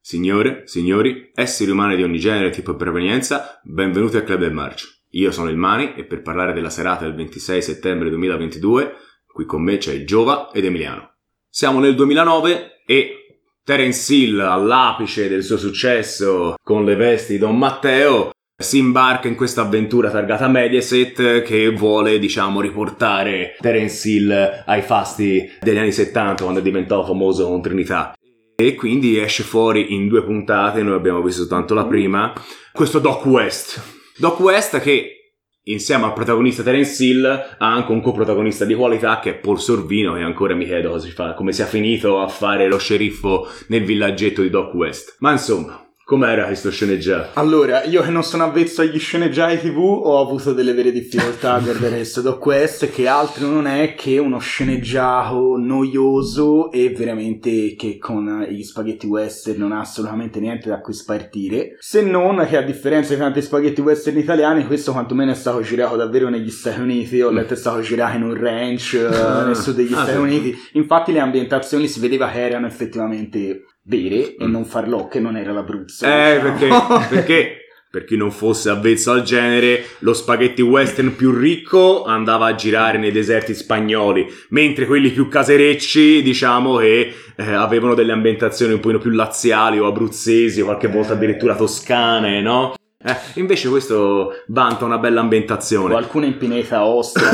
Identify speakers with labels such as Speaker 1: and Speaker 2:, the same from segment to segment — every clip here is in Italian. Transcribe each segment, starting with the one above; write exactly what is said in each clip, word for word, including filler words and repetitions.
Speaker 1: Signore, signori, esseri umani di ogni genere, tipo e provenienza, benvenuti al Club del Marcio. Io sono il Mani e per parlare della serata del ventisei settembre duemilaventidue, qui con me c'è il Giova ed Emiliano. Siamo nel duemilanove e Terence Hill, all'apice del suo successo con le vesti di Don Matteo, si imbarca in questa avventura targata Mediaset che vuole, diciamo, riportare Terence Hill ai fasti degli anni settanta, quando è diventato famoso con Trinità. E quindi esce fuori in due puntate, noi abbiamo visto soltanto la prima, questo Doc West. Doc West che, insieme al protagonista Terence Hill, ha anche un coprotagonista di qualità che è Paul Sorvino, e ancora mi chiedo cosa si fa, come sia finito a fare lo sceriffo nel villaggetto di Doc West. Ma insomma, com'era questo sceneggiato?
Speaker 2: Allora, io che non sono avvezzo agli sceneggiati tivù ho avuto delle vere difficoltà a guardare questo Doc West, che altro non è che uno sceneggiato noioso e veramente che con gli spaghetti western non ha assolutamente niente da cui spartire, se non che a differenza di tanti spaghetti western italiani, questo quantomeno è stato girato davvero negli Stati Uniti. Ho letto è stato girato in un ranch uh, nel sud degli ah, Stati sì. Uniti. Infatti le ambientazioni si vedeva che erano effettivamente vere e non farlocche, non era l'Abruzzo.
Speaker 1: Eh,
Speaker 2: diciamo.
Speaker 1: perché, perché per chi non fosse avvezzo al genere, lo spaghetti western più ricco andava a girare nei deserti spagnoli, mentre quelli più caserecci, diciamo che eh, avevano delle ambientazioni un pochino più laziali o abruzzesi o qualche volta addirittura toscane, no? Eh, invece questo vanta una bella ambientazione.
Speaker 2: O alcune in Pineta Ostia,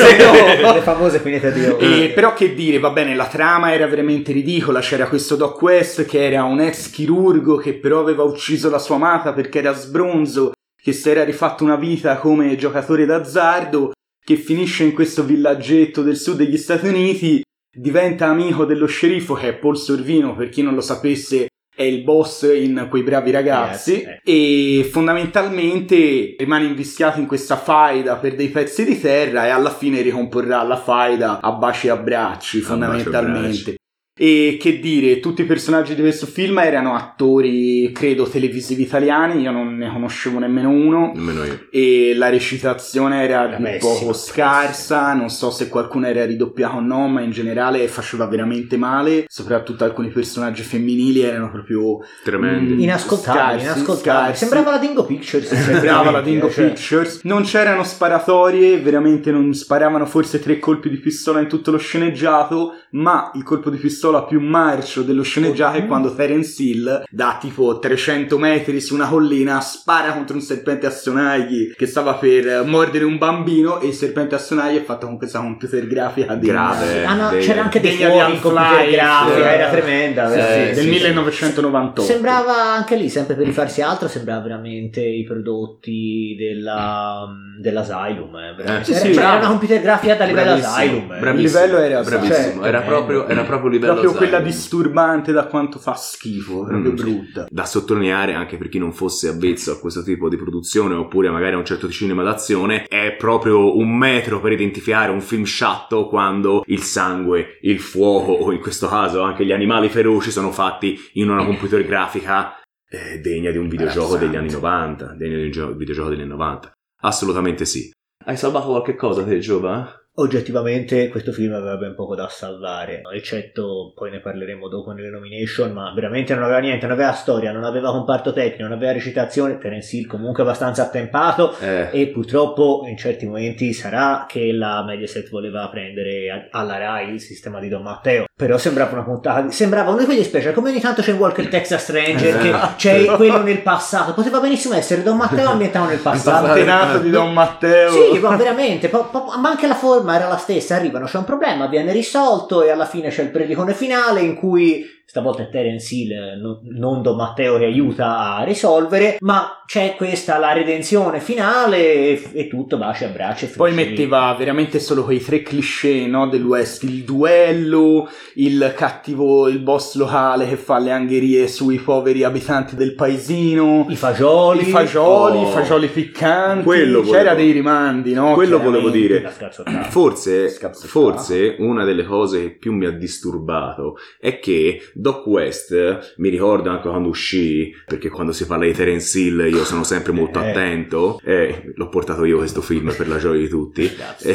Speaker 3: le famose Pineta di Ostia.
Speaker 2: E però che dire, va bene, la trama era veramente ridicola. C'era questo Doc West che era un ex chirurgo che però aveva ucciso la sua amata perché era sbronzo, che si era rifatto una vita come giocatore d'azzardo, che finisce in questo villaggetto del sud degli Stati Uniti, diventa amico dello sceriffo che è Paul Sorvino, per chi non lo sapesse è il boss in Quei bravi ragazzi, yes, eh. E fondamentalmente rimane invischiato in questa faida per dei pezzi di terra e alla fine ricomporrà la faida a baci e abbracci, a fondamentalmente baci. E che dire, tutti i personaggi di questo film erano attori, credo, televisivi italiani, io non ne conoscevo nemmeno uno,
Speaker 1: nemmeno io.
Speaker 2: E la recitazione era, era un poco scarsa,
Speaker 3: pessimo.
Speaker 2: Non so se qualcuno era ridoppiato o no, ma in generale faceva veramente male, soprattutto alcuni personaggi femminili erano proprio
Speaker 1: tremendi,
Speaker 3: mm, inascoltabili,
Speaker 2: scarsi,
Speaker 3: inascoltabili.
Speaker 2: Scarsi.
Speaker 3: Sembrava la Dingo Pictures,
Speaker 2: sembrava la Dingo
Speaker 3: cioè.
Speaker 2: Pictures. Non c'erano sparatorie, veramente non sparavano forse tre colpi di pistola in tutto lo sceneggiato, ma il colpo di pistola più marcio dello sceneggiato è quando Terence Hill da tipo trecento metri su una collina spara contro un serpente a sonagli che stava per mordere un bambino, e il serpente a sonagli è fatto con questa computer grafica
Speaker 1: grave.
Speaker 3: Ah, no,
Speaker 1: de...
Speaker 3: c'era anche dei
Speaker 2: degna
Speaker 3: fuochi
Speaker 2: di
Speaker 3: in computer grafica,
Speaker 2: eh,
Speaker 3: era tremenda,
Speaker 2: sì,
Speaker 3: sì,
Speaker 2: del
Speaker 3: sì,
Speaker 2: millenovecentonovantotto.
Speaker 3: Sembrava anche lì, sempre per rifarsi altro, sembrava veramente i prodotti della dell'Asylum, eh,
Speaker 2: eh, sì,
Speaker 3: era,
Speaker 2: sì,
Speaker 3: cioè, era una computer grafica da livello Asylum,
Speaker 2: eh. Il livello era
Speaker 1: bravissimo,
Speaker 2: cioè,
Speaker 1: era proprio era proprio livello
Speaker 2: proprio
Speaker 1: Asylum.
Speaker 2: Quella disturbante da quanto fa schifo, proprio mm. brutta.
Speaker 1: Da sottolineare anche per chi non fosse avvezzo a questo tipo di produzione oppure magari a un certo cinema d'azione, è proprio un metro per identificare un film sciatto quando il sangue, il fuoco o in questo caso anche gli animali feroci sono fatti in una computer grafica eh, degna di un videogioco degli anni novanta, degna di un videogioco degli anni novanta. Assolutamente sì. Hai salvato qualche cosa te, Giova?
Speaker 3: Oggettivamente questo film aveva ben poco da salvare, eccetto, poi ne parleremo dopo nelle nomination, ma veramente non aveva niente, non aveva storia, non aveva comparto tecnico, non aveva recitazione. Terence Hill comunque abbastanza attempato eh. e purtroppo in certi momenti sarà che la Mediaset voleva prendere alla Rai il sistema di Don Matteo, però sembrava una puntata, sembrava uno di quegli special, come ogni tanto c'è in Walker Texas Ranger che c'è quello nel passato, poteva benissimo essere Don Matteo ambientato nel passato,
Speaker 2: l'antenato di Don Matteo,
Speaker 3: sì, ma veramente, po- po- ma anche la forma era la stessa, arrivano, c'è un problema, viene risolto e alla fine c'è il predicone finale in cui stavolta è Terence Hill, non Don Matteo, che aiuta a risolvere, ma c'è questa la redenzione finale e, e tutto baci, abbracci e
Speaker 2: poi metteva veramente solo quei tre cliché, no, del West, il duello, il cattivo, il boss locale che fa le angherie sui poveri abitanti del paesino,
Speaker 3: i fagioli
Speaker 2: i fagioli,
Speaker 1: oh.
Speaker 2: i fagioli piccanti,
Speaker 1: quello
Speaker 2: c'era
Speaker 1: volevo,
Speaker 2: dei rimandi, no?
Speaker 1: Quello volevo dire, forse,
Speaker 2: Scazzottata.
Speaker 1: forse una delle cose che più mi ha disturbato è che Doc West, mi ricordo anche quando uscì, perché quando si parla di Terence Hill io sono sempre molto
Speaker 3: Eh.
Speaker 1: attento, eh, l'ho portato io questo film per la gioia di tutti. Eh,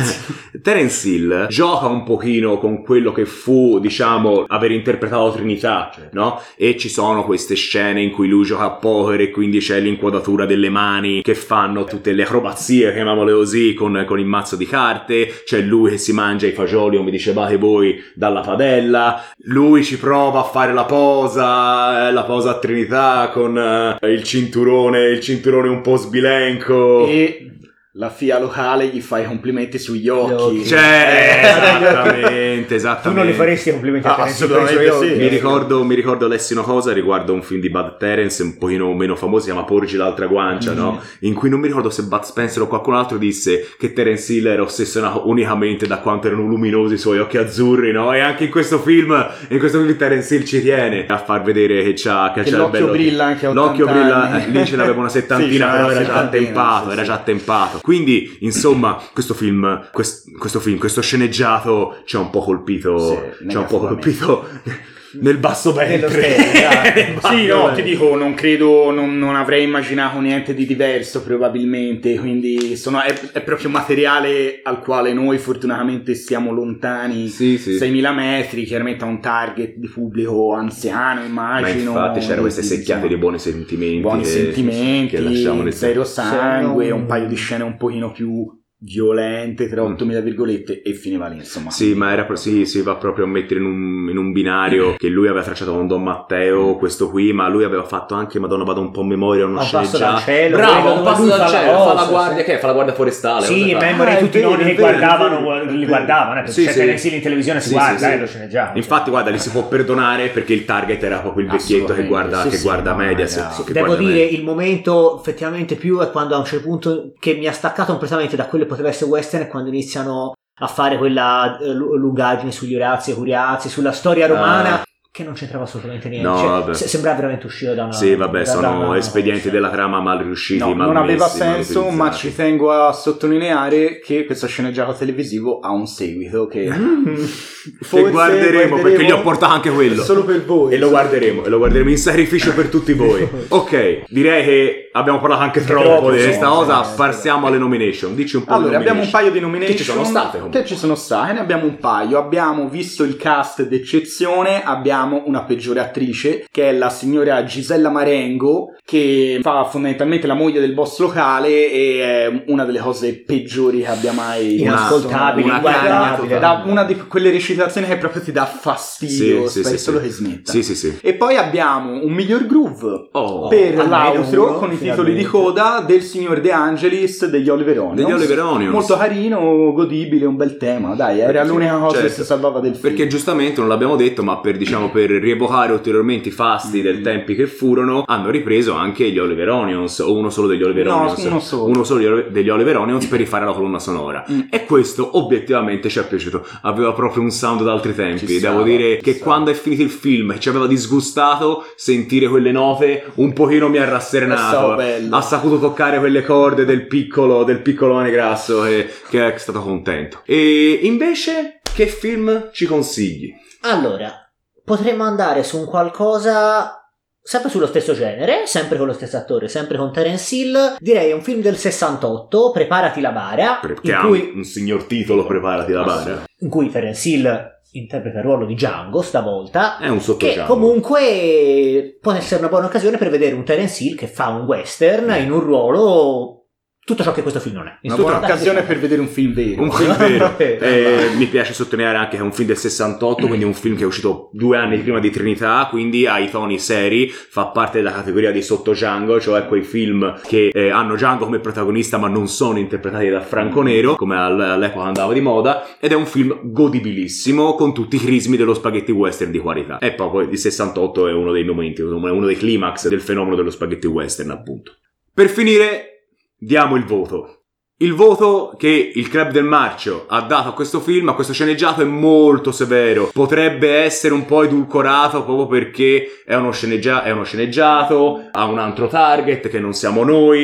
Speaker 1: Terence Hill gioca un pochino con quello che fu, diciamo, aver interpretato Trinità, no? E ci sono queste scene in cui lui gioca a poker e quindi c'è l'inquadratura delle mani che fanno tutte le acrobazie, chiamiamole così, con, con il mazzo di carte. C'è lui che si mangia i fagioli, come dicevate voi, dalla padella. Lui ci prova a fare la posa, eh, la posa a Trinità con eh, il cinturone, il cinturone un po' sbilenco.
Speaker 2: E la F I A locale gli fa i complimenti sugli occhi.
Speaker 3: occhi.
Speaker 1: Cioè,
Speaker 3: Eh,
Speaker 1: esattamente, esattamente.
Speaker 3: Tu non li faresti complimenti a
Speaker 2: Ah,
Speaker 3: Terence Hill
Speaker 2: assolutamente
Speaker 3: per i suoi
Speaker 2: sì.
Speaker 3: occhi?
Speaker 1: Mi ricordo, mi ricordo lessi una cosa riguardo un film di Bud Terence un pochino meno famoso, si chiama Porgi l'altra guancia,
Speaker 2: Mm.
Speaker 1: no? In cui non mi ricordo se Bud Spencer o qualcun altro disse che Terence Hill era ossessionato unicamente da quanto erano luminosi i suoi occhi azzurri, no? E anche in questo film, in questo film Terence Hill ci tiene a far vedere che c'ha, che
Speaker 2: Che
Speaker 1: c'ha il
Speaker 2: l'occhio
Speaker 1: bello-
Speaker 2: brilla anche a
Speaker 1: L'occhio
Speaker 2: ottanta
Speaker 1: brilla,
Speaker 2: anni.
Speaker 1: eh, lì ce l'aveva una settantina,
Speaker 2: Sì,
Speaker 1: però
Speaker 2: c'aveva
Speaker 1: era
Speaker 2: una
Speaker 1: già
Speaker 2: settantina,
Speaker 1: attempato,
Speaker 2: sì,
Speaker 1: era
Speaker 2: sì.
Speaker 1: già attempato. Quindi, insomma, questo film, quest- questo film, questo sceneggiato ci ha un po' colpito,
Speaker 2: Sì,
Speaker 1: ci ha un po'
Speaker 2: negativamente.
Speaker 1: colpito nel basso
Speaker 3: Nello
Speaker 1: ventre.
Speaker 3: stesso, esatto.
Speaker 1: Nel basso
Speaker 2: Sì, no,
Speaker 1: ventre.
Speaker 2: ti dico, non credo, non, non avrei immaginato niente di diverso probabilmente, quindi sono, è, è proprio materiale al quale noi fortunatamente stiamo lontani.
Speaker 1: Sì, sì.
Speaker 2: seimila metri, chiaramente a un target di pubblico anziano,
Speaker 1: Ma
Speaker 2: immagino.
Speaker 1: infatti c'erano queste
Speaker 2: Quindi,
Speaker 1: secchiate
Speaker 2: insomma,
Speaker 1: di buoni sentimenti.
Speaker 2: buoni
Speaker 1: che-
Speaker 2: sentimenti,
Speaker 1: che lasciamo nel
Speaker 2: zero sangue,
Speaker 3: non-
Speaker 2: un paio di scene un pochino più violente, tra
Speaker 1: Mm.
Speaker 2: ottomila virgolette, e finiva lì, insomma.
Speaker 1: Sì, ma era pro- sì, si va proprio a mettere in un, in un binario che lui aveva tracciato con Don Matteo, questo qui, ma lui aveva fatto anche, Madonna, vado un po' a memoria, uno
Speaker 3: A un passo
Speaker 1: sceneggiato.
Speaker 3: dal cielo,
Speaker 1: Bravo,
Speaker 3: quello
Speaker 1: un
Speaker 3: dove
Speaker 1: passo
Speaker 3: lui
Speaker 1: dal
Speaker 3: fa la
Speaker 1: cielo, fa la
Speaker 3: cosa,
Speaker 1: guardia,
Speaker 3: sì.
Speaker 1: che è? Fa la guardia forestale.
Speaker 3: Sì,
Speaker 1: cosa
Speaker 3: in
Speaker 1: fa?
Speaker 3: memoria
Speaker 2: Ah,
Speaker 3: di
Speaker 2: è
Speaker 3: tutti i
Speaker 2: vero,
Speaker 3: nonni
Speaker 2: è
Speaker 3: che
Speaker 2: vero, è
Speaker 3: guardavano,
Speaker 2: vero, è
Speaker 3: li
Speaker 2: vero.
Speaker 3: guardavano, eh, perché
Speaker 1: Sì,
Speaker 3: c'è
Speaker 1: sì.
Speaker 3: Terence Hill in televisione, si
Speaker 1: Sì,
Speaker 3: guarda,
Speaker 1: sì, sì.
Speaker 3: eh, lo sceneggiato.
Speaker 1: Infatti, guarda, li si può perdonare perché il target era proprio il vecchietto che guarda,
Speaker 2: Sì,
Speaker 1: che
Speaker 2: sì,
Speaker 1: guarda
Speaker 2: no,
Speaker 1: Mediaset.
Speaker 2: ragazzi.
Speaker 1: che
Speaker 3: Devo
Speaker 1: guarda
Speaker 3: dire,
Speaker 1: Mediaset.
Speaker 3: il momento effettivamente più è quando a un certo punto che mi ha staccato completamente da quello che poteva essere western, è quando iniziano a fare quella eh, lu- lungaggine sugli Orazzi e Curiazzi, sulla storia romana,
Speaker 1: Ah.
Speaker 3: che non c'entrava assolutamente niente.
Speaker 1: No,
Speaker 3: Cioè,
Speaker 1: vabbè.
Speaker 3: se- sembrava veramente uscire da una...
Speaker 1: Sì, vabbè,
Speaker 3: da-
Speaker 1: sono
Speaker 3: da una-
Speaker 1: espedienti della trama mal riusciti,
Speaker 2: No,
Speaker 1: mal
Speaker 2: non aveva
Speaker 1: messi, mal
Speaker 2: senso, ma
Speaker 1: utilizzati.
Speaker 2: ci tengo a sottolineare che questo sceneggiato televisivo ha un seguito che
Speaker 1: Che guarderemo, perché gli ho portato anche quello.
Speaker 2: solo per voi.
Speaker 1: E lo guarderemo, e lo guarderemo in sacrificio per tutti voi. Ok, direi che abbiamo parlato anche troppo
Speaker 3: Troppo,
Speaker 1: di
Speaker 3: sì,
Speaker 1: questa
Speaker 3: sì,
Speaker 1: cosa.
Speaker 3: sì,
Speaker 1: Passiamo alle nomination. Dici un po'
Speaker 2: Allora,
Speaker 1: di
Speaker 2: abbiamo un
Speaker 1: nomination.
Speaker 2: paio di nomination
Speaker 1: Che ci sono state comunque.
Speaker 2: Che ci sono state, ne abbiamo un paio. Abbiamo visto il cast d'eccezione, abbiamo una peggiore attrice, che è la signora Gisella Marengo, che fa fondamentalmente la moglie del boss locale e è una delle cose peggiori che abbia mai
Speaker 3: Inascoltabile,
Speaker 1: una
Speaker 3: inguardabile.
Speaker 1: cagna
Speaker 2: da una di quelle recitazioni che proprio ti dà fastidio,
Speaker 1: Sì, sì,
Speaker 2: speri
Speaker 1: sì,
Speaker 2: solo
Speaker 1: sì.
Speaker 2: che smetta.
Speaker 1: Sì, sì, sì.
Speaker 2: E poi abbiamo un miglior groove
Speaker 1: Oh,
Speaker 2: per
Speaker 3: almeno
Speaker 2: l'outro
Speaker 3: uno,
Speaker 2: con i titoli
Speaker 3: finalmente.
Speaker 2: di coda del signor De Angelis degli Oliver Onions.
Speaker 1: Degli Oliver Onions.
Speaker 2: Molto carino, godibile, un bel tema, dai, era
Speaker 1: Sì,
Speaker 2: l'unica cosa
Speaker 1: certo.
Speaker 2: che si salvava del film.
Speaker 1: Perché giustamente non l'abbiamo detto, ma per diciamo per rievocare ulteriormente i fasti
Speaker 2: Mm.
Speaker 1: del tempi che furono, hanno ripreso anche gli Oliver Onions, o uno solo degli Oliver
Speaker 2: No,
Speaker 1: Onions,
Speaker 2: uno solo.
Speaker 1: uno solo degli Oli- degli Oliver Onions per rifare la colonna sonora.
Speaker 2: Mm.
Speaker 1: E questo obiettivamente ci è piaciuto. Aveva proprio un sound d'altri tempi.
Speaker 2: Ci
Speaker 1: Devo
Speaker 2: stava,
Speaker 1: dire
Speaker 2: ci
Speaker 1: che
Speaker 2: stava.
Speaker 1: quando è finito il film ci aveva disgustato, sentire quelle note un pochino mi ha
Speaker 2: È stato
Speaker 1: rasserenato.
Speaker 2: bello.
Speaker 1: Ha saputo toccare quelle corde del piccolo del piccolo Cane Grasso che, che è stato contento. E invece che film ci consigli?
Speaker 3: Allora, potremmo andare su un qualcosa sempre sullo stesso genere, sempre con lo stesso attore, sempre con Terence Hill. Direi un film del sessantotto, Preparati la bara,
Speaker 1: Perché
Speaker 3: in
Speaker 1: ha
Speaker 3: cui,
Speaker 1: un, un signor titolo, preparati la bara.
Speaker 3: in cui Terence Hill interpreta il ruolo di Django stavolta,
Speaker 1: È un
Speaker 3: che
Speaker 1: sottogianro.
Speaker 3: comunque può essere una buona occasione per vedere un Terence Hill che fa un western in un ruolo tutto ciò che questo film non è.
Speaker 2: Una buona occasione per vedere un film vero.
Speaker 1: Un film vero.
Speaker 3: Eh,
Speaker 1: Eh, mi piace sottolineare anche che è un film del sessantotto, quindi un film che è uscito due anni prima di Trinità, quindi ha i toni seri, fa parte della categoria dei sottogiango, cioè quei film che eh, hanno Django come protagonista ma non sono interpretati da Franco Nero, come all- all'epoca andava di moda, ed è un film godibilissimo con tutti i crismi dello spaghetti western di qualità. E poi il sessantotto è uno dei momenti, uno dei climax del fenomeno dello spaghetti western, appunto. Per finire, diamo il voto. Il voto che il Club del Marcio ha dato a questo film, a questo sceneggiato, è molto severo. Potrebbe essere un po' edulcorato proprio perché è uno, sceneggia- è uno sceneggiato, ha un altro target che non siamo noi.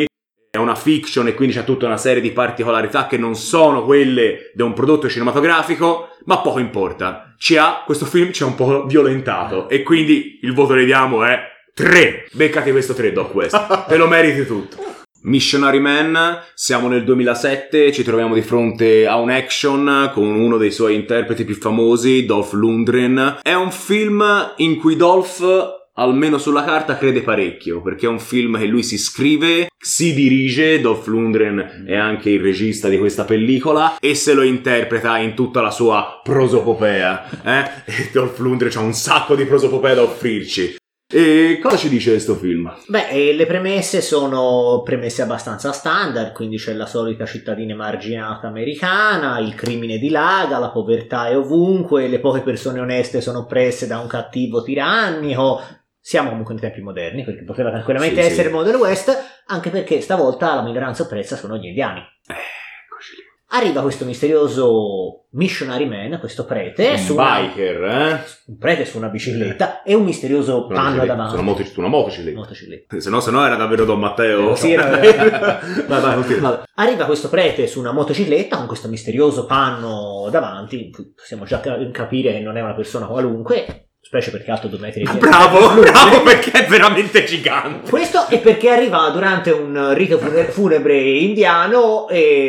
Speaker 1: è una fiction e quindi c'è tutta una serie di particolarità che non sono quelle di un prodotto cinematografico, ma poco importa. Ci ha, questo film ci ha un po' violentato e quindi il voto che diamo è tre. Beccati questo tre, Doc West. Te lo meriti tutto. Missionary Man, siamo nel duemilasette, ci troviamo di fronte a un action con uno dei suoi interpreti più famosi, Dolph Lundgren. È un film in cui Dolph, almeno sulla carta, crede parecchio, perché è un film che lui si scrive, si dirige, Dolph Lundgren è anche il regista di questa pellicola, e se lo interpreta in tutta la sua prosopopea. Eh? E Dolph Lundgren ha un sacco di prosopopea da offrirci. E cosa ci dice questo film?
Speaker 3: Beh, le premesse sono premesse abbastanza standard, quindi c'è la solita cittadina emarginata americana, il crimine dilaga, la povertà è ovunque, le poche persone oneste sono oppresse da un cattivo tirannico. Siamo comunque in tempi moderni, perché poteva tranquillamente
Speaker 1: sì,
Speaker 3: essere
Speaker 1: sì.
Speaker 3: il modello West, anche perché stavolta la minoranza oppressa sono gli indiani.
Speaker 1: Eccoci lì.
Speaker 3: Arriva questo misterioso missionary man, questo prete,
Speaker 1: Un
Speaker 3: su una,
Speaker 1: biker, eh?
Speaker 3: un prete su una bicicletta e un misterioso
Speaker 1: Una
Speaker 3: panno
Speaker 1: bicicletta,
Speaker 3: davanti.
Speaker 1: su una, moto, su una motocicletta.
Speaker 3: Motocicletta.
Speaker 1: Se no, se no era davvero Don Matteo.
Speaker 3: Eh, sì, era-
Speaker 1: vai, vai, continua.
Speaker 3: Vabbè. Arriva questo prete su una motocicletta con questo misterioso panno davanti, possiamo già ca- capire che non è una persona qualunque, specie perché è alto due metri e dieci.
Speaker 1: Bravo, bravo, perché è veramente gigante.
Speaker 3: Questo è perché arriva durante un rito fune- funebre indiano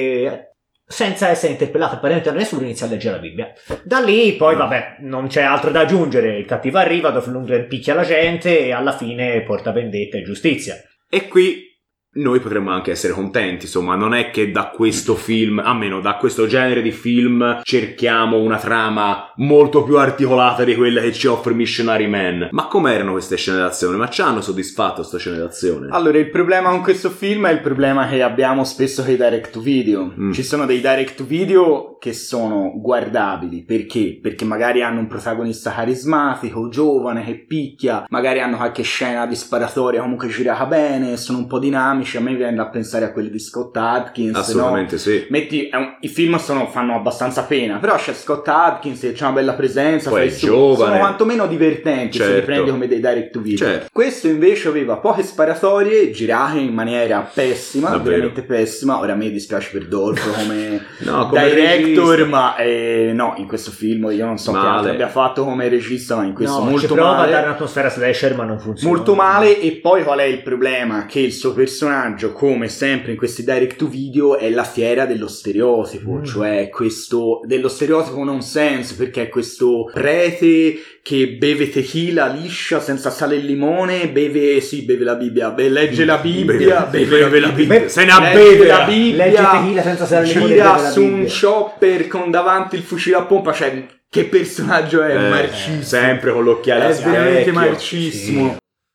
Speaker 3: e senza essere interpellato apparentemente da nessuno inizia a leggere la Bibbia. Da lì poi vabbè, non c'è altro da aggiungere, il cattivo arriva, Dolph Lundgren picchia la gente e alla fine porta vendetta e giustizia.
Speaker 1: E qui noi potremmo anche essere contenti, insomma, non è che da questo film, almeno da questo genere di film, cerchiamo una trama molto più articolata di quella che ci offre Missionary Man. Ma com'erano queste scene d'azione? Ma ci hanno soddisfatto queste scene d'azione?
Speaker 2: Allora, il problema con questo film è il problema che abbiamo spesso con i direct to video.
Speaker 1: Mm.
Speaker 2: Ci sono dei direct to video che sono guardabili. Perché? Perché magari hanno un protagonista carismatico, giovane, che picchia, magari hanno qualche scena di sparatoria comunque girata bene, sono un po' dinamici. A me viene da pensare a quelli di Scott Adkins.
Speaker 1: Assolutamente
Speaker 2: no?
Speaker 1: sì.
Speaker 2: Metti, è un, i film sono, fanno abbastanza pena, però c'è Scott Adkins che c'ha una bella presenza,
Speaker 1: Poi
Speaker 2: fai
Speaker 1: è
Speaker 2: su-
Speaker 1: giovane.
Speaker 2: sono quantomeno divertenti, se li
Speaker 1: Certo.
Speaker 2: prendi come dei direct to video.
Speaker 1: Certo.
Speaker 2: Questo invece aveva poche sparatorie girate in maniera pessima,
Speaker 1: Davvero.
Speaker 2: veramente pessima. Ora a me dispiace per Dolph come,
Speaker 1: No, come
Speaker 2: director,
Speaker 1: regista.
Speaker 2: ma eh, no, in questo film io non so che
Speaker 1: Male.
Speaker 2: altro abbia fatto come regista, ma in questo
Speaker 3: No, ci
Speaker 2: molto
Speaker 3: prova a
Speaker 2: male.
Speaker 3: dare un'atmosfera slasher ma non funziona.
Speaker 2: Molto male. E poi qual è il problema? Che il suo personaggio, come sempre in questi direct to video, è la fiera dello stereotipo,
Speaker 3: Mm.
Speaker 2: cioè questo dello stereotipo non sense, perché è questo prete che beve tequila liscia senza sale e limone, beve, sì, beve la Bibbia, be- legge la Bibbia,
Speaker 1: Beve-
Speaker 2: beve,
Speaker 1: beve la Bibbia. Se ne
Speaker 2: legge
Speaker 1: abbeve
Speaker 2: la Bibbia,
Speaker 3: Legge tequila senza sale e limone,
Speaker 2: gira
Speaker 3: beve la
Speaker 2: su un
Speaker 3: Bibbia.
Speaker 2: chopper con davanti il fucile a pompa, cioè che personaggio è,
Speaker 1: Eh,
Speaker 2: marcissimo.
Speaker 1: sempre con l'occhiale a
Speaker 2: È veramente
Speaker 1: specchio.
Speaker 2: marcissimo.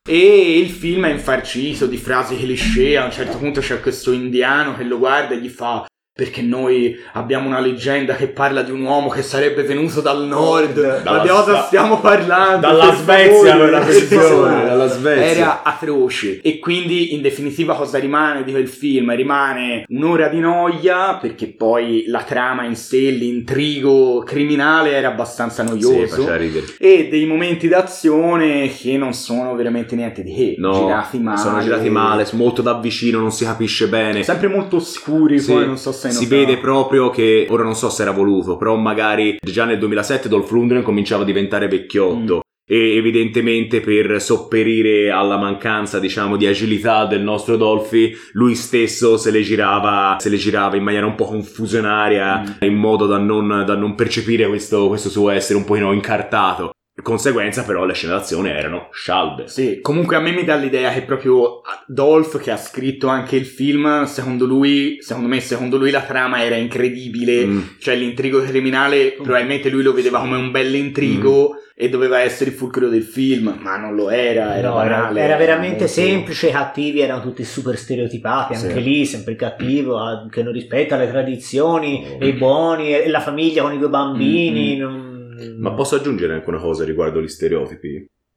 Speaker 2: E il film è infarcito di frasi cliché. A un certo punto c'è questo indiano che lo guarda e gli fa: perché noi abbiamo una leggenda che parla di un uomo che sarebbe venuto dal nord. Ma
Speaker 1: Dalla-
Speaker 2: di cosa stiamo parlando?
Speaker 1: Dalla
Speaker 2: Per
Speaker 1: Svezia,
Speaker 2: favore,
Speaker 1: quella
Speaker 2: per
Speaker 1: questione,
Speaker 2: favore.
Speaker 1: dalla Svezia.
Speaker 2: Era atroce. E quindi in definitiva cosa rimane di quel film? Rimane un'ora di noia, perché poi la trama in sé, l'intrigo criminale era abbastanza
Speaker 1: Sì,
Speaker 2: noioso,
Speaker 1: faceva ridere.
Speaker 2: e dei momenti d'azione che non sono veramente niente di che,
Speaker 1: No,
Speaker 2: girati male,
Speaker 1: sono girati male, molto da vicino, non si capisce bene.
Speaker 2: sempre molto oscuri.
Speaker 1: Sì,
Speaker 2: poi non so se hai
Speaker 1: si
Speaker 2: notato.
Speaker 1: vede proprio che, ora non so se era voluto, però magari già nel duemilasette Dolph Lundgren cominciava a diventare vecchiotto.
Speaker 2: Mm.
Speaker 1: E evidentemente per sopperire alla mancanza, diciamo, di agilità del nostro Dolphy, lui stesso se le girava se le girava in maniera un po' confusionaria,
Speaker 2: Mm.
Speaker 1: in modo da non, da non percepire questo, questo suo essere un pochino incartato. Di conseguenza però le scene d'azione erano scialbe.
Speaker 2: Sì, comunque a me mi dà l'idea che proprio Dolph, che ha scritto anche il film, secondo lui, secondo me, secondo lui la trama era incredibile.
Speaker 1: Mm.
Speaker 2: Cioè l'intrigo criminale, probabilmente lui lo vedeva come un bell'intrigo e doveva essere il fulcro del film, ma non lo era, era
Speaker 3: No, era,
Speaker 2: banale.
Speaker 3: era veramente
Speaker 2: molto-
Speaker 3: semplice, i cattivi erano tutti super stereotipati, anche
Speaker 2: Sì.
Speaker 3: lì sempre il cattivo ah, che non rispetta le tradizioni,
Speaker 1: Oh.
Speaker 3: e i buoni, e la famiglia con i due bambini.
Speaker 2: Mm-hmm.
Speaker 3: non-
Speaker 1: Ma posso aggiungere anche una cosa riguardo gli stereotipi?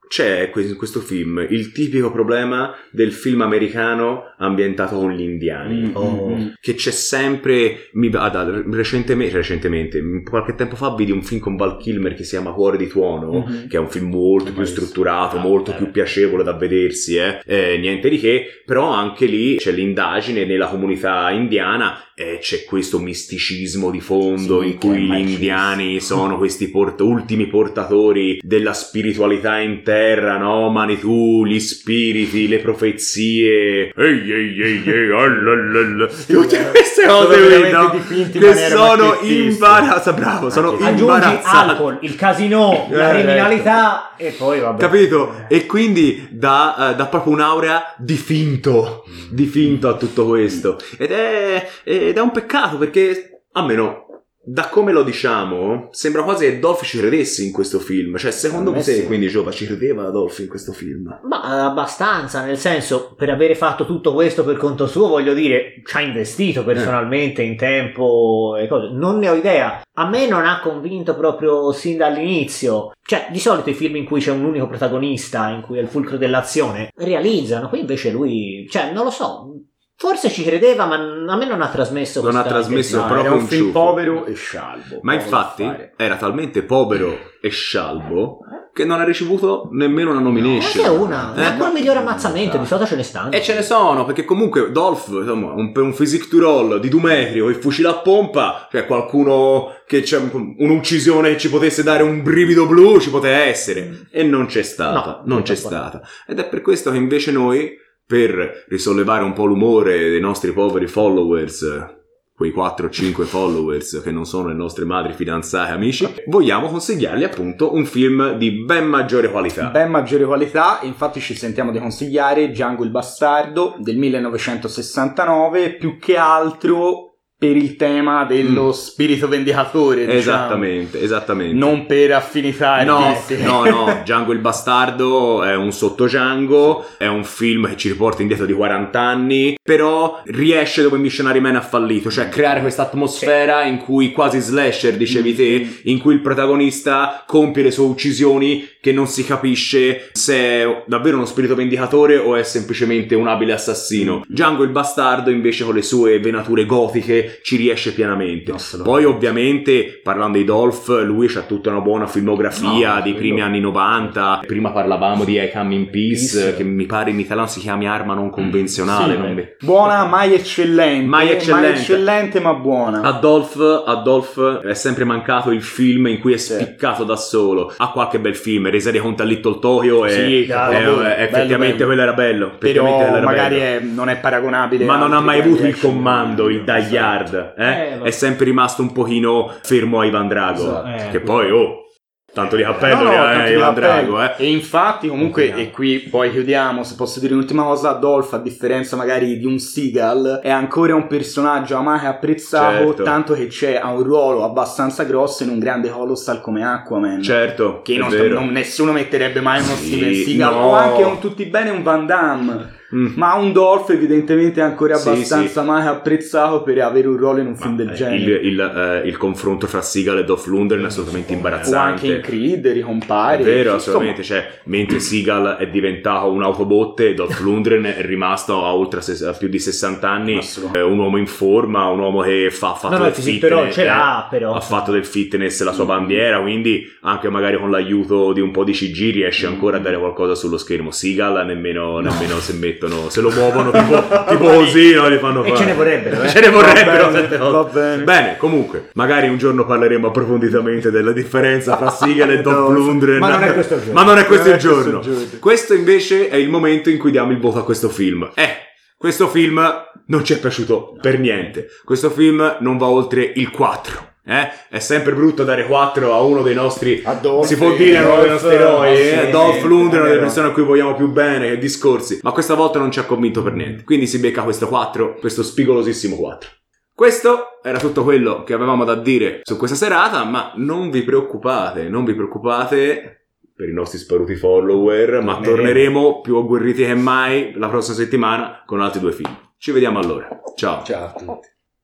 Speaker 1: c'è in questo film il tipico problema del film americano ambientato con gli indiani,
Speaker 3: Mm, oh.
Speaker 1: che c'è sempre, mi, ah, recentemente, recentemente, qualche tempo fa vidi un film con Val Kilmer che si chiama Cuore di Tuono,
Speaker 2: Mm-hmm.
Speaker 1: che è un film molto più strutturato, molto più piacevole da vedersi, eh. Eh, niente di che, però anche lì c'è l'indagine nella comunità indiana e c'è questo misticismo di fondo,
Speaker 2: Sì,
Speaker 1: in cui
Speaker 2: che è
Speaker 1: gli indiani sono questi port- ultimi portatori della spiritualità in terra, no? Manitou, gli spiriti, le profezie, ehi ehi ehi ehi, allalala. Tutte queste cose qui, no?
Speaker 2: dipinti in
Speaker 1: Che
Speaker 2: maniera
Speaker 1: sono
Speaker 2: macchiettistica.
Speaker 1: imbarazzate, bravo, sono
Speaker 3: Aggiungi
Speaker 1: imbarazzate.
Speaker 3: alcol, il casino, la
Speaker 1: Eh,
Speaker 3: criminalità e poi vabbè.
Speaker 1: Capito? E quindi dà, eh, dà proprio un'aurea di finto, di finto a tutto questo. Ed è, ed è un peccato perché, almeno da come lo diciamo, sembra quasi che Dolph ci credesse in questo film. Cioè, secondo me,
Speaker 2: Eh, sì.
Speaker 1: quindi Giova ci credeva Dolph in questo film.
Speaker 3: Ma abbastanza, nel senso, per avere fatto tutto questo per conto suo, voglio dire, ci ha investito personalmente in tempo e cose. Non ne ho idea. A me non ha convinto proprio sin dall'inizio. Cioè, di solito i film in cui c'è un unico protagonista, in cui è il fulcro dell'azione, realizzano. Qui invece lui, cioè, non lo so. Forse ci credeva, ma a me non ha trasmesso
Speaker 1: Non ha
Speaker 3: questa
Speaker 1: trasmesso
Speaker 3: intenzione.
Speaker 2: No,
Speaker 1: proprio
Speaker 2: era un
Speaker 1: un
Speaker 2: film
Speaker 1: ciuffo.
Speaker 2: povero e scialbo.
Speaker 1: Ma
Speaker 2: poco
Speaker 1: infatti
Speaker 2: da fare.
Speaker 1: era talmente povero e scialbo che non ha ricevuto nemmeno una nomination.
Speaker 3: Neanche una,
Speaker 1: Eh?
Speaker 3: neanche un migliore ammazzamento, di solito ce ne stanno.
Speaker 1: E ce ne sono, perché comunque Dolph, insomma, un, un physique to roll di due metri o il fucile a pompa, cioè qualcuno che c'è un- un'uccisione che ci potesse dare un brivido blu, ci poteva essere. E non c'è stata,
Speaker 3: No,
Speaker 1: non c'è
Speaker 3: purtroppo no.
Speaker 1: stata. Ed è per questo che invece noi, per risollevare un po' l'umore dei nostri poveri followers, quei quattro o cinque followers che non sono le nostre madri, fidanzate, amici, vogliamo consigliargli appunto un film di ben maggiore qualità.
Speaker 2: Ben maggiore qualità, infatti ci sentiamo di consigliare Django il Bastardo del millenovecentosessantanove, più che altro per il tema dello
Speaker 1: Mm.
Speaker 2: spirito vendicatore, diciamo.
Speaker 1: Esattamente, esattamente.
Speaker 2: Non per affinità
Speaker 1: No,
Speaker 2: artistiche.
Speaker 1: no, no, Django il Bastardo è un sotto Django, è un film che ci riporta indietro di quaranta anni, però riesce dove Missionary Man ha fallito, cioè creare questa atmosfera in cui quasi slasher, dicevi te, in cui il protagonista compie le sue uccisioni che non si capisce se è davvero uno spirito vendicatore o è semplicemente un abile assassino. Django il Bastardo invece con le sue venature gotiche ci riesce pienamente. Poi ovviamente parlando di Dolph, lui c'ha tutta una buona filmografia
Speaker 2: No,
Speaker 1: dei
Speaker 2: quello-
Speaker 1: primi anni novanta. Prima parlavamo di I Come in Peace,
Speaker 3: Peace.
Speaker 1: che mi pare in italiano si chiami Arma non convenzionale.
Speaker 2: Sì,
Speaker 1: non mi-
Speaker 2: buona, mai eccellente.
Speaker 1: Mai eccellente.
Speaker 2: eccellente, ma buona.
Speaker 1: A Dolph, a Dolph è sempre mancato il film in cui è spiccato da solo. Ha qualche bel film, Resa dei conti a Little Tokyo e
Speaker 2: Sì,
Speaker 1: e-
Speaker 2: cavolo,
Speaker 1: e- effettivamente
Speaker 2: bello, bello.
Speaker 1: quello era bello. effettivamente quello
Speaker 2: Però
Speaker 1: era
Speaker 2: magari
Speaker 1: bello.
Speaker 2: è- non è paragonabile.
Speaker 1: Ma
Speaker 2: a
Speaker 1: non ha
Speaker 2: altri
Speaker 1: mai
Speaker 2: grandi
Speaker 1: avuto il
Speaker 2: action.
Speaker 1: comando, il die
Speaker 2: Esatto.
Speaker 1: hard, eh?
Speaker 3: Eh, vabbè.
Speaker 1: È sempre rimasto un pochino fermo a Ivan Drago,
Speaker 2: Esatto.
Speaker 3: Eh,
Speaker 1: che poi, oh, tanto di cappello
Speaker 2: No, no,
Speaker 1: che ha
Speaker 2: tanto di
Speaker 1: Ivan
Speaker 2: cappello.
Speaker 1: Drago, eh.
Speaker 2: E infatti comunque, e qui poi chiudiamo, se posso dire un'ultima cosa, Dolph, a differenza magari di un Seagal, è ancora un personaggio amato e apprezzato,
Speaker 1: Certo.
Speaker 2: tanto che c'è ha un ruolo abbastanza grosso in un grande colossal come Aquaman.
Speaker 1: Certo,
Speaker 2: che
Speaker 1: è
Speaker 2: non,
Speaker 1: vero.
Speaker 2: non- nessuno metterebbe mai uno
Speaker 1: Sì,
Speaker 2: Steven Seagal,
Speaker 1: no.
Speaker 2: o anche un tutti bene un Van Damme.
Speaker 1: Mm.
Speaker 2: Ma un Dolph evidentemente è ancora
Speaker 1: Sì,
Speaker 2: abbastanza
Speaker 1: sì.
Speaker 2: amato e apprezzato per avere un ruolo in un film del
Speaker 1: Eh,
Speaker 2: genere.
Speaker 1: il, il, eh, il confronto fra Seagal e Dolph Lundgren è assolutamente
Speaker 2: O
Speaker 1: imbarazzante.
Speaker 2: anche in Creed ricompare.
Speaker 1: È vero,
Speaker 2: Insomma,
Speaker 1: assolutamente, cioè, mentre Seagal è diventato un autobotte, Dolph Lundgren è rimasto a oltre ses- a più di sessanta anni,
Speaker 2: Assolutamente.
Speaker 1: eh, un uomo in forma, un uomo che fa, ha fatto
Speaker 3: No, no,
Speaker 1: del
Speaker 3: sì,
Speaker 1: fitness,
Speaker 3: però ce
Speaker 1: eh,
Speaker 3: l'ha, però.
Speaker 1: ha fatto del fitness la sua bandiera, quindi anche magari con l'aiuto di un po' di C G riesce ancora a dare qualcosa sullo schermo. Seagal nemmeno, nemmeno se mettono, se lo muovono tipo, tipo così, no? Li fanno
Speaker 3: E
Speaker 1: fare.
Speaker 3: ce ne vorrebbero, eh.
Speaker 1: Ce ne vorrebbero
Speaker 2: Va bene,
Speaker 1: certe
Speaker 2: va
Speaker 1: volte.
Speaker 2: bene.
Speaker 1: Bene, comunque, magari un giorno parleremo approfonditamente della differenza fra Seagal e Dolph
Speaker 2: No,
Speaker 1: Lundgren.
Speaker 3: ma non è questo il giorno.
Speaker 1: Ma non è questo
Speaker 2: Non
Speaker 1: il
Speaker 2: è questo
Speaker 1: giorno.
Speaker 2: il giorno.
Speaker 1: Questo invece è il momento in cui diamo il voto a questo film. Eh, questo film non ci è piaciuto per niente. Questo film non va oltre il quattro. Eh? È sempre brutto dare quattro a uno dei nostri,
Speaker 2: A Dolph,
Speaker 1: si può dire, uno dei
Speaker 2: Dolph,
Speaker 1: nostri eroi,
Speaker 2: sì,
Speaker 1: eh?
Speaker 2: sì,
Speaker 1: Dolph Lundgren, una delle
Speaker 2: è vero.
Speaker 1: persone a cui vogliamo più bene, che discorsi. Ma questa volta non ci ha convinto per niente. Quindi si becca questo quattro, questo spigolosissimo quattro. Questo era tutto quello che avevamo da dire su questa serata, ma non vi preoccupate, non vi preoccupate per i nostri sparuti follower, ma torneremo più agguerriti che mai la prossima settimana con altri due film. Ci vediamo allora. Ciao.
Speaker 2: Ciao a tutti.